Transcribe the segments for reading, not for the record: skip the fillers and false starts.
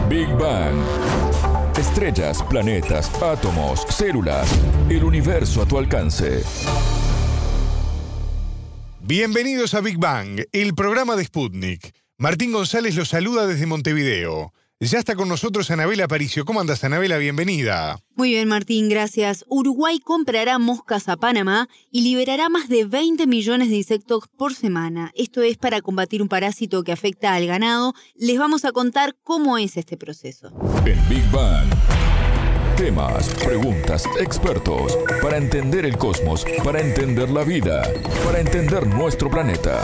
Big Bang. Estrellas, planetas, átomos, células, el universo a tu alcance. Bienvenidos a Big Bang, el programa de Sputnik. Martín González los saluda desde Montevideo. Ya está con nosotros Anabela Aparicio. ¿Cómo andas, Anabela? Bienvenida. Muy bien, Martín, gracias. Uruguay comprará moscas a Panamá y liberará más de 20 millones de insectos por semana. Esto es para combatir un parásito que afecta al ganado. Les vamos a contar cómo es este proceso. En Big Bang. Temas, preguntas, expertos. Para entender el cosmos, para entender la vida, para entender nuestro planeta.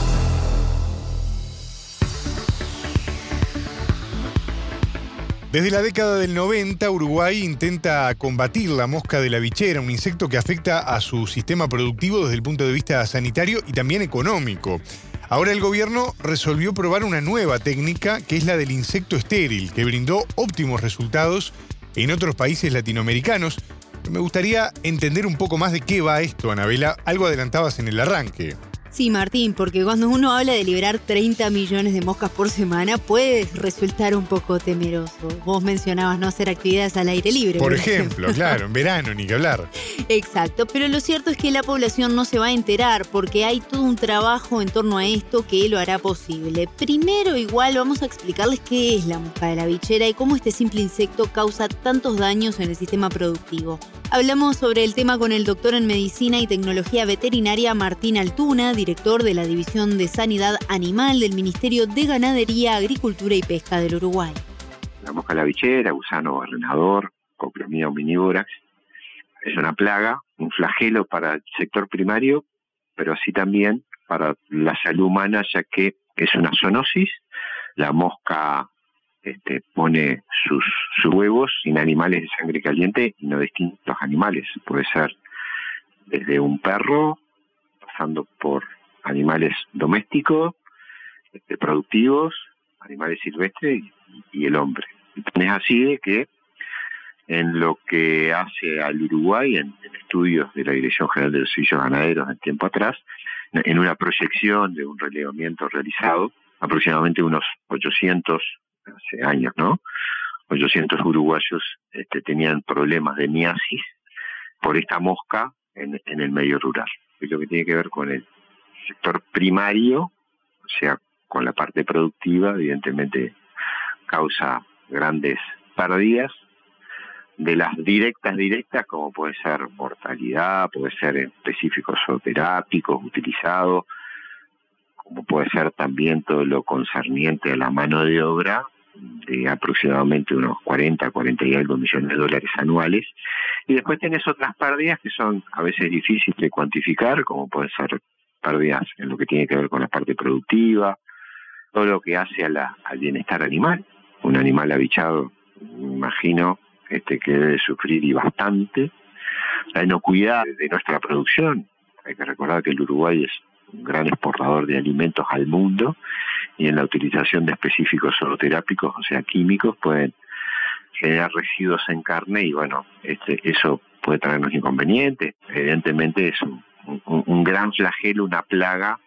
Desde la década del 90, Uruguay intenta combatir la mosca de la bichera, un insecto que afecta a su sistema productivo desde el punto de vista sanitario y también económico. Ahora el gobierno resolvió probar una nueva técnica, que es la del insecto estéril, que brindó óptimos resultados en otros países latinoamericanos. Me gustaría entender un poco más de qué va esto, Anabela. Algo adelantabas en el arranque. Sí, Martín, porque cuando uno habla de liberar 30 millones de moscas por semana puede resultar un poco temeroso. Vos mencionabas no hacer actividades al aire libre. Por ejemplo, claro, en verano, ni que hablar. Exacto, pero lo cierto es que la población no se va a enterar porque hay todo un trabajo en torno a esto que lo hará posible. Primero, igual, vamos a explicarles qué es la mosca de la bichera y cómo este simple insecto causa tantos daños en el sistema productivo. Hablamos sobre el tema con el doctor en Medicina y Tecnología Veterinaria Martín Altuna, director de la División de Sanidad Animal del Ministerio de Ganadería, Agricultura y Pesca del Uruguay. La mosca de la bichera, gusano barrenador, Cochromia omnivorax, es una plaga, un flagelo para el sector primario, pero así también para la salud humana, ya que es una zoonosis. La mosca pone sus huevos en animales de sangre caliente y no distintos animales. Puede ser desde un perro, pasando por animales domésticos, productivos, animales silvestres y el hombre. Es así de que en lo que hace al Uruguay, en estudios de la Dirección General de los Servicios Ganaderos de tiempo atrás, en una proyección de un relevamiento realizado, aproximadamente unos 800, hace años, ¿no? 800 uruguayos tenían problemas de miasis por esta mosca en el medio rural. Es lo que tiene que ver con el sector primario, o sea, con la parte productiva, evidentemente causa grandes pérdidas. De las directas, como puede ser mortalidad, puede ser específicos zooterápicos utilizados, como puede ser también todo lo concerniente a la mano de obra, de aproximadamente unos 40 y algo millones de dólares anuales. Y después tenés otras pérdidas que son a veces difíciles de cuantificar, como pueden ser pérdidas en lo que tiene que ver con la parte productiva, todo lo que hace al bienestar animal. Un animal abichado, me imagino, que debe sufrir y bastante. La inocuidad de nuestra producción. Hay que recordar que el Uruguay es un gran exportador de alimentos al mundo, y en la utilización de específicos zooterápicos, o sea, químicos, pueden generar residuos en carne y bueno, eso puede traernos inconvenientes. Evidentemente es un gran flagelo, una plaga,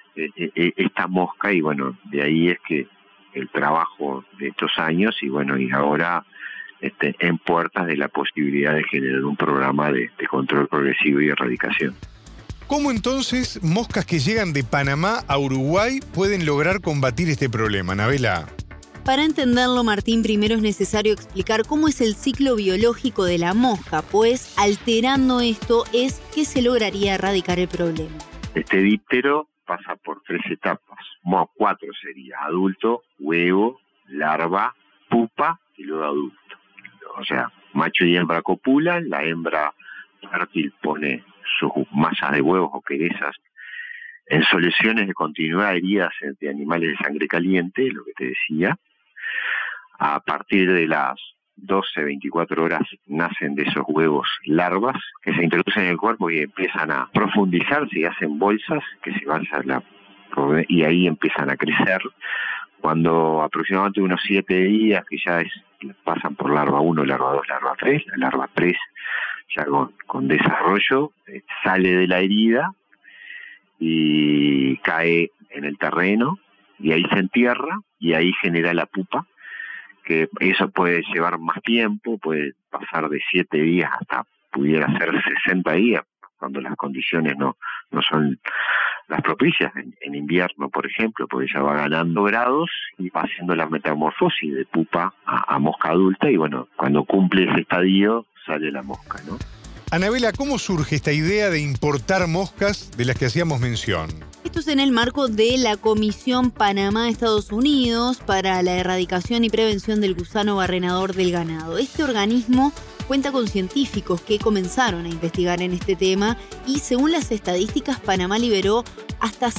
esta mosca, y bueno, de ahí es que el trabajo de estos años y bueno, y ahora en puertas de la posibilidad de generar un programa de control progresivo y erradicación. ¿Cómo entonces moscas que llegan de Panamá a Uruguay pueden lograr combatir este problema, Anabela? Para entenderlo, Martín, primero es necesario explicar cómo es el ciclo biológico de la mosca, pues alterando esto es que se lograría erradicar el problema. Este díptero pasa por 3 etapas, 4 sería: adulto, huevo, larva, pupa y luego adulto. O sea, macho y hembra copulan, la hembra fértil pone sus masas de huevos o querezas en soluciones de continuidad heridas de animales de sangre caliente, lo que te decía. A partir de las 12-24 horas nacen de esos huevos larvas que se introducen en el cuerpo y empiezan a profundizarse y hacen bolsas que se van y ahí empiezan a crecer. Cuando aproximadamente unos 7 días que ya pasan por larva 1, larva 2, larva 3, la larva 3 ya con desarrollo, sale de la herida y cae en el terreno y ahí se entierra y ahí genera la pupa, que eso puede llevar más tiempo, puede pasar de 7 días hasta pudiera ser 60 días, cuando las condiciones no son las propicias. En invierno, por ejemplo, porque ella va ganando grados y va haciendo la metamorfosis de pupa a mosca adulta, y bueno, cuando cumple ese estadio sale la mosca, ¿no? Anabela, ¿cómo surge esta idea de importar moscas de las que hacíamos mención? Esto es en el marco de la Comisión Panamá-Estados Unidos para la erradicación y prevención del gusano barrenador del ganado. Este organismo cuenta con científicos que comenzaron a investigar en este tema y, según las estadísticas, Panamá liberó hasta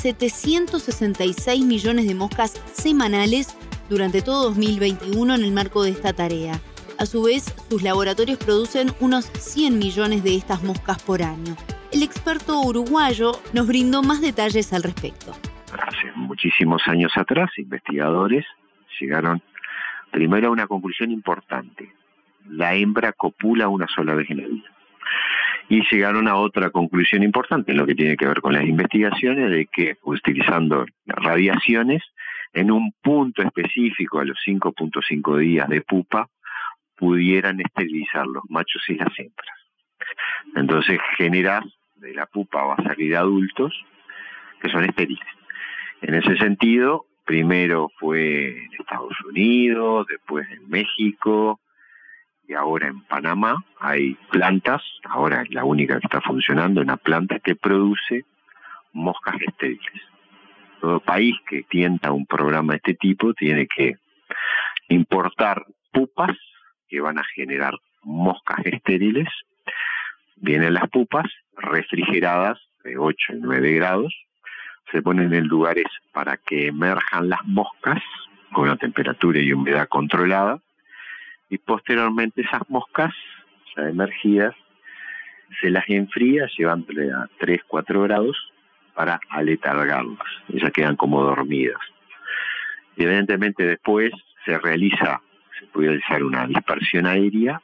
766 millones de moscas semanales durante todo 2021 en el marco de esta tarea. A su vez, sus laboratorios producen unos 100 millones de estas moscas por año. El experto uruguayo nos brindó más detalles al respecto. Hace muchísimos años atrás, investigadores llegaron primero a una conclusión importante: la hembra copula una sola vez en la vida. Y llegaron a otra conclusión importante en lo que tiene que ver con las investigaciones, de que utilizando radiaciones en un punto específico a los 5.5 días de pupa pudieran esterilizar los machos y las hembras. Entonces generas, de la pupa va a salir adultos que son estériles. En ese sentido, primero fue en Estados Unidos, después en México, y ahora en Panamá hay plantas, ahora es la única que está funcionando, una planta que produce moscas estériles. Todo país que tienta un programa de este tipo tiene que importar pupas que van a generar moscas estériles. Vienen las pupas refrigeradas de 8 y 9 grados, se ponen en lugares para que emerjan las moscas con una temperatura y humedad controlada, y posteriormente esas moscas ya emergidas se las enfría llevándole a 3-4 grados para aletargarlas. Ellas quedan como dormidas. Y evidentemente después se puede realizar una dispersión aérea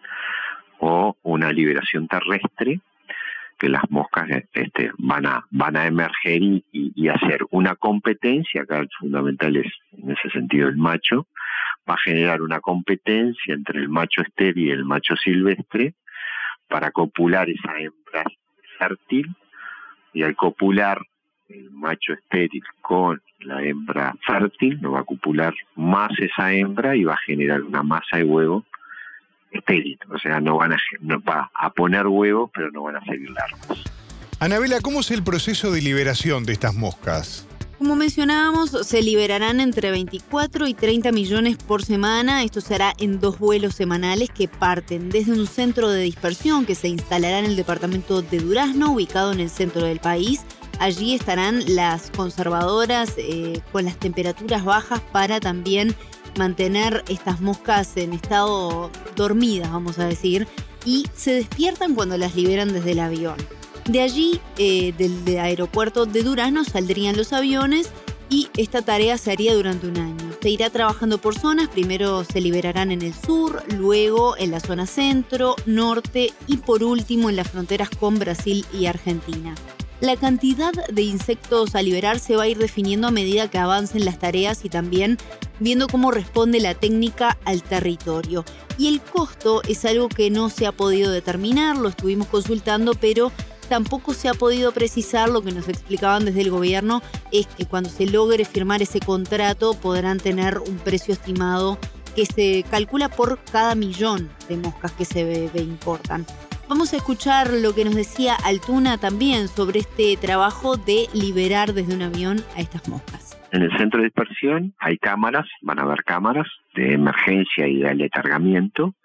o una liberación terrestre, que las moscas van a emerger y hacer una competencia. Acá el fundamental es, en ese sentido, el macho. Va a generar una competencia entre el macho estéril y el macho silvestre para copular esa hembra fértil, y al copular el macho estéril con la hembra fértil, no va a copular más esa hembra y va a generar una masa de huevo estéril. O sea, no va a poner huevos, pero no van a salir larvas. Anabela, ¿cómo es el proceso de liberación de estas moscas? Como mencionábamos, se liberarán entre 24 y 30 millones por semana. Esto se hará en 2 vuelos semanales que parten desde un centro de dispersión que se instalará en el departamento de Durazno, ubicado en el centro del país. Allí estarán las conservadoras con las temperaturas bajas para también mantener estas moscas en estado dormidas, vamos a decir, y se despiertan cuando las liberan desde el avión. De allí, del aeropuerto de Durazno, saldrían los aviones y esta tarea se haría durante un año. Se irá trabajando por zonas, primero se liberarán en el sur, luego en la zona centro, norte y por último en las fronteras con Brasil y Argentina. La cantidad de insectos a liberar se va a ir definiendo a medida que avancen las tareas y también viendo cómo responde la técnica al territorio. Y el costo es algo que no se ha podido determinar, lo estuvimos consultando, pero tampoco se ha podido precisar. Lo que nos explicaban desde el gobierno es que cuando se logre firmar ese contrato podrán tener un precio estimado que se calcula por cada millón de moscas que se importan. Vamos a escuchar lo que nos decía Altuna también sobre este trabajo de liberar desde un avión a estas moscas. En el centro de dispersión hay cámaras, van a haber cámaras de emergencia y de aletargamiento,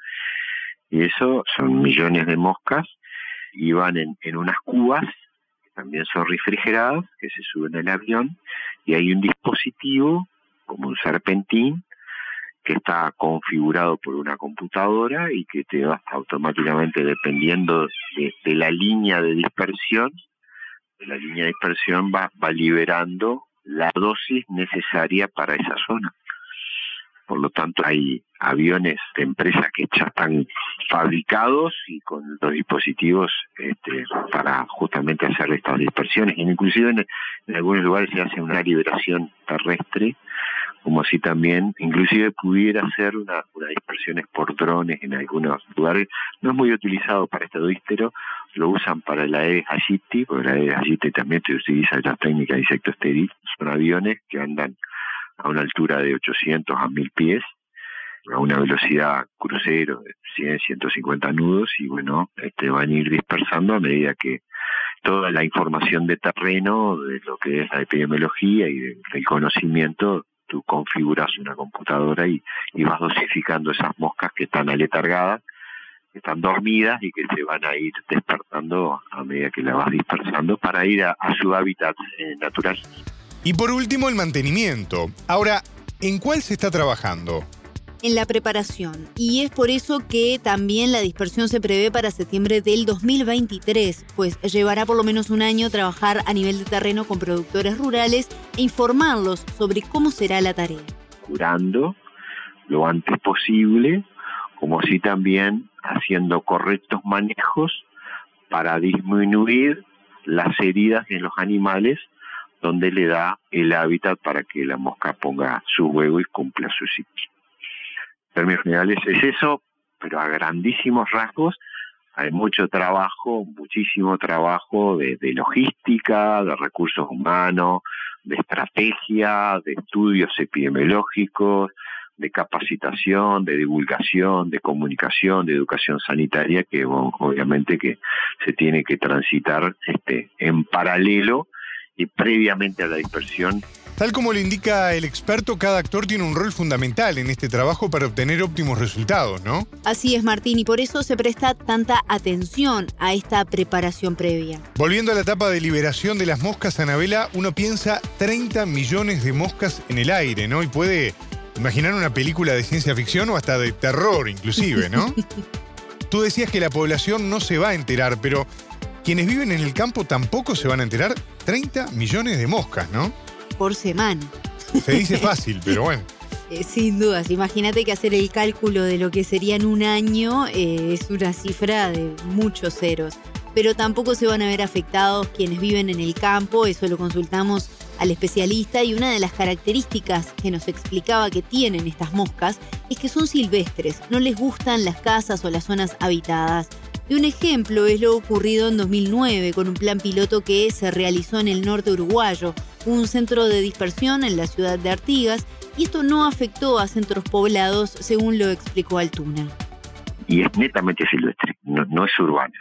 y eso son millones de moscas, y van en unas cubas que también son refrigeradas, que se suben al avión, y hay un dispositivo como un serpentín que está configurado por una computadora y que te va automáticamente, dependiendo de la línea de dispersión, va liberando la dosis necesaria para esa zona. Por lo tanto, hay aviones de empresas que ya están fabricados y con los dispositivos para justamente hacer estas dispersiones. E inclusive en algunos lugares se hace una liberación terrestre como si también, inclusive pudiera ser una dispersión por drones en algunos lugares. No es muy utilizado para estadístero, lo usan para el Aedes aegypti, porque el Aedes aegypti también se utiliza esta técnica de insecto estéril. Son aviones que andan a una altura de 800 a 1000 pies, a una velocidad crucero de 100, 150 nudos, y bueno, van a ir dispersando a medida que toda la información de terreno, de lo que es la epidemiología y del conocimiento, tú configuras una computadora y vas dosificando esas moscas que están aletargadas, que están dormidas y que se van a ir despertando a medida que la vas dispersando para ir a su hábitat natural. Y por último, el mantenimiento. Ahora, ¿en cuál se está trabajando? En la preparación. Y es por eso que también la dispersión se prevé para septiembre del 2023, pues llevará por lo menos un año trabajar a nivel de terreno con productores rurales e informarlos sobre cómo será la tarea. Curando lo antes posible, como si también haciendo correctos manejos para disminuir las heridas en los animales, donde le da el hábitat para que la mosca ponga su huevo y cumpla su ciclo. En términos generales es eso, pero a grandísimos rasgos hay mucho trabajo, muchísimo trabajo de logística, de recursos humanos, de estrategia, de estudios epidemiológicos, de capacitación, de divulgación, de comunicación, de educación sanitaria, que obviamente que se tiene que transitar en paralelo y previamente a la dispersión. Tal como le indica el experto, cada actor tiene un rol fundamental en este trabajo para obtener óptimos resultados, ¿no? Así es, Martín, y por eso se presta tanta atención a esta preparación previa. Volviendo a la etapa de liberación de las moscas, Anabela, uno piensa 30 millones de moscas en el aire, ¿no? Y puede imaginar una película de ciencia ficción o hasta de terror, inclusive, ¿no? Tú decías que la población no se va a enterar, pero quienes viven en el campo tampoco se van a enterar. 30 millones de moscas, ¿no? Por semana. Se dice fácil, pero bueno. Sin dudas, imagínate que hacer el cálculo de lo que sería en un año es una cifra de muchos ceros. Pero tampoco se van a ver afectados quienes viven en el campo, eso lo consultamos al especialista, y una de las características que nos explicaba que tienen estas moscas es que son silvestres, no les gustan las casas o las zonas habitadas. Y un ejemplo es lo ocurrido en 2009 con un plan piloto que se realizó en el norte uruguayo, un centro de dispersión en la ciudad de Artigas, y esto no afectó a centros poblados, según lo explicó Altuna. Y es netamente silvestre, no es urbana.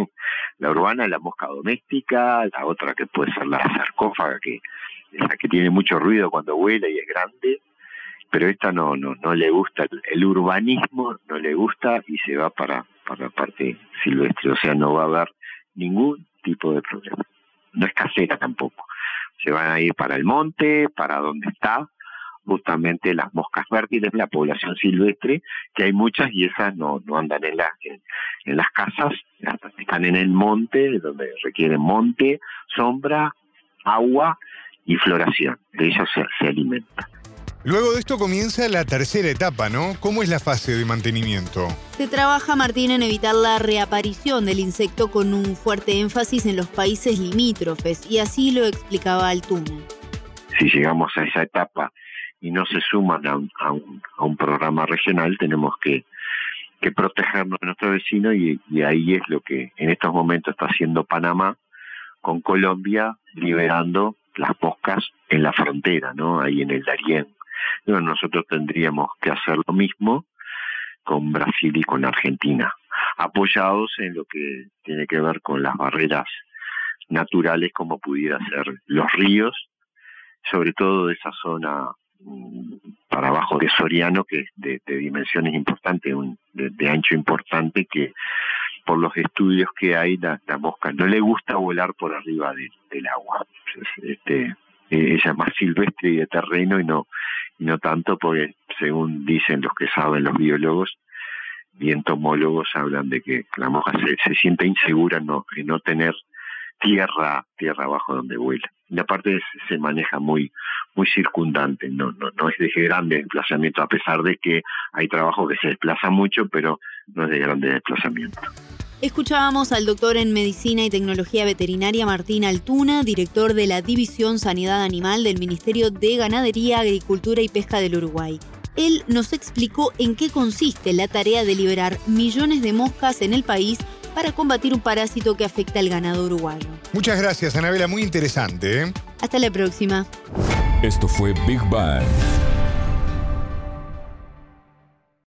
La urbana es la mosca doméstica, la otra que puede ser la sarcófaga, que es la que tiene mucho ruido cuando vuela y es grande, pero esta no le gusta, el urbanismo no le gusta y se va para la parte silvestre, o sea, no va a haber ningún tipo de problema. No es casera tampoco. Se van a ir para el monte, para donde está justamente las moscas fértiles, la población silvestre, que hay muchas y esas no andan en las casas, están en el monte, donde requieren monte, sombra, agua y floración. De ellas se alimentan. Luego de esto comienza la tercera etapa, ¿no? ¿Cómo es la fase de mantenimiento? Se trabaja, Martín, en evitar la reaparición del insecto con un fuerte énfasis en los países limítrofes, y así lo explicaba Altuna. Si llegamos a esa etapa y no se suman a un programa regional, tenemos que protegernos de nuestro vecino, y ahí es lo que en estos momentos está haciendo Panamá con Colombia, liberando las moscas en la frontera, ¿no? Ahí en el Darién. Bueno, nosotros tendríamos que hacer lo mismo con Brasil y con Argentina, apoyados en lo que tiene que ver con las barreras naturales, como pudiera ser los ríos, sobre todo de esa zona para abajo de Soriano, que es de dimensiones importantes, de ancho importante, que por los estudios que hay, la mosca no le gusta volar por arriba del agua. Ella es más silvestre y de terreno, y no tanto porque, según dicen los que saben, los biólogos y entomólogos, hablan de que la mosca se siente insegura en no tener tierra abajo donde vuela. Y aparte se maneja muy circundante, no es de grande desplazamiento, a pesar de que hay trabajo que se desplaza mucho, pero no es de grande desplazamiento. Escuchábamos al doctor en Medicina y Tecnología Veterinaria Martín Altuna, director de la División Sanidad Animal del Ministerio de Ganadería, Agricultura y Pesca del Uruguay. Él nos explicó en qué consiste la tarea de liberar millones de moscas en el país para combatir un parásito que afecta al ganado uruguayo. Muchas gracias, Anabela, muy interesante, ¿eh? Hasta la próxima. Esto fue Big Bang.